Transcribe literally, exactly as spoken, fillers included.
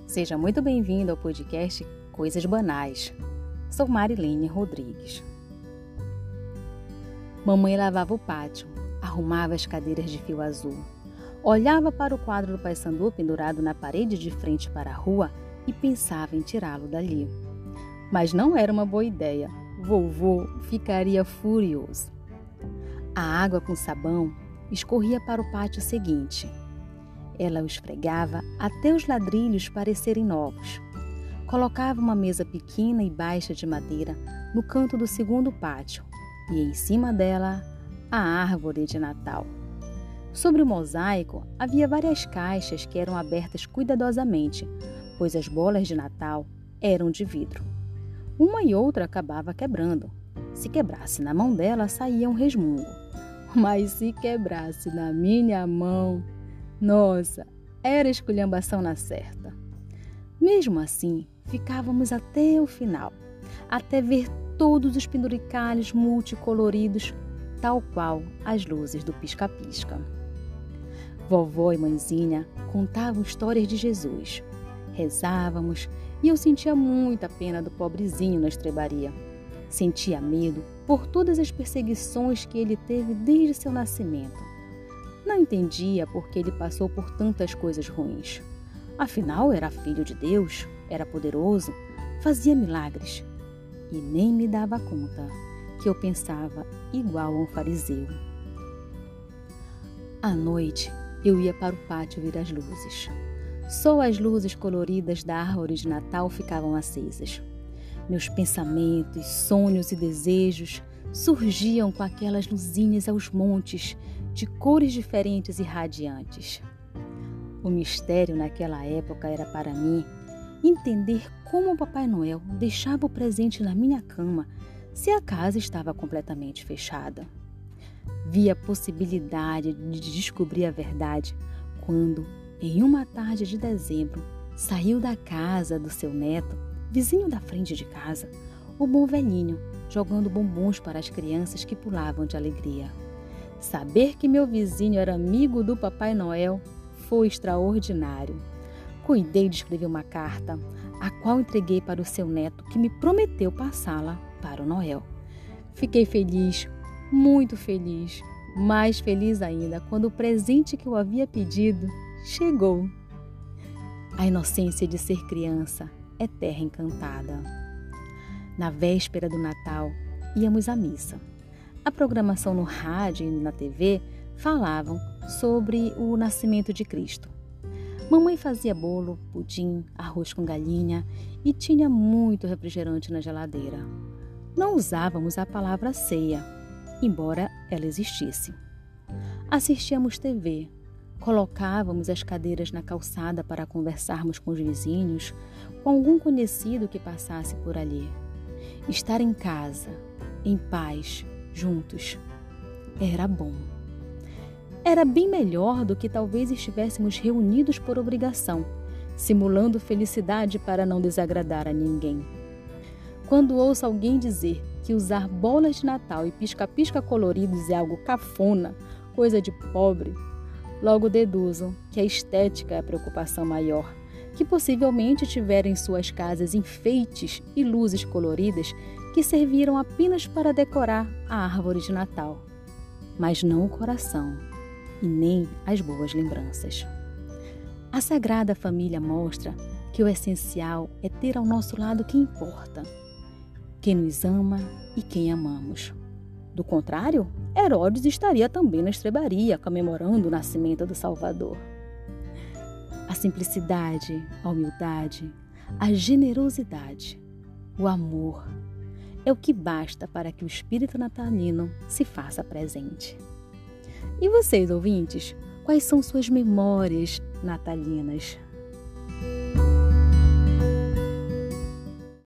Seja muito bem-vindo ao podcast Coisas Banais. Sou Marilene Rodrigues. Mamãe lavava o pátio, arrumava as cadeiras de fio azul, olhava para o quadro do Pai Sandu pendurado na parede de frente para a rua e pensava em tirá-lo dali. Mas não era uma boa ideia. Vovô ficaria furioso. A água com sabão escorria para o pátio seguinte. Ela o esfregava até os ladrilhos parecerem novos. Colocava uma mesa pequena e baixa de madeira no canto do segundo pátio e em cima dela a árvore de Natal. Sobre o mosaico havia várias caixas que eram abertas cuidadosamente, pois as bolas de Natal eram de vidro. Uma e outra acabava quebrando. Se quebrasse na mão dela, saía um resmungo. Mas se quebrasse na minha mão... Nossa, era esculhambação na certa. Mesmo assim, ficávamos até o final, até ver todos os penduricalhos multicoloridos, tal qual as luzes do pisca-pisca. Vovó e mãezinha contavam histórias de Jesus. Rezávamos e eu sentia muita pena do pobrezinho na estrebaria. Sentia medo por todas as perseguições que ele teve desde seu nascimento. Não entendia por que ele passou por tantas coisas ruins. Afinal, era filho de Deus, era poderoso, fazia milagres. E nem me dava conta que eu pensava igual a um fariseu. À noite, eu ia para o pátio ver as luzes. Só as luzes coloridas da árvore de Natal ficavam acesas. Meus pensamentos, sonhos e desejos surgiam com aquelas luzinhas aos montes, de cores diferentes e radiantes. O mistério naquela época era para mim entender como o Papai Noel deixava o presente na minha cama se a casa estava completamente fechada. Vi a possibilidade de descobrir a verdade quando, em uma tarde de dezembro, saiu da casa do seu neto, vizinho da frente de casa, o bom velhinho, jogando bombons para as crianças que pulavam de alegria. Saber que meu vizinho era amigo do Papai Noel foi extraordinário. Cuidei de escrever uma carta, a qual entreguei para o seu neto, que me prometeu passá-la para o Noel. Fiquei feliz, muito feliz, mais feliz ainda quando o presente que eu havia pedido chegou. A inocência de ser criança é terra encantada. Na véspera do Natal, íamos à missa. A programação no rádio e na T V falavam sobre o nascimento de Cristo. Mamãe fazia bolo, pudim, arroz com galinha e tinha muito refrigerante na geladeira. Não usávamos a palavra ceia, embora ela existisse. Assistíamos T V, colocávamos as cadeiras na calçada para conversarmos com os vizinhos, com algum conhecido que passasse por ali. Estar em casa, em paz, juntos, era bom. Era bem melhor do que talvez estivéssemos reunidos por obrigação, simulando felicidade para não desagradar a ninguém. Quando ouço alguém dizer que usar bolas de Natal e pisca-pisca coloridos é algo cafona, coisa de pobre, logo deduzo que a estética é a preocupação maior, que possivelmente tiveram em suas casas enfeites e luzes coloridas que serviram apenas para decorar a árvore de Natal, mas não o coração e nem as boas lembranças. A Sagrada Família mostra que o essencial é ter ao nosso lado quem importa, quem nos ama e quem amamos. Do contrário, Herodes estaria também na estrebaria comemorando o nascimento do Salvador. A simplicidade, a humildade, a generosidade, o amor é o que basta para que o espírito natalino se faça presente. E vocês, ouvintes, quais são suas memórias natalinas?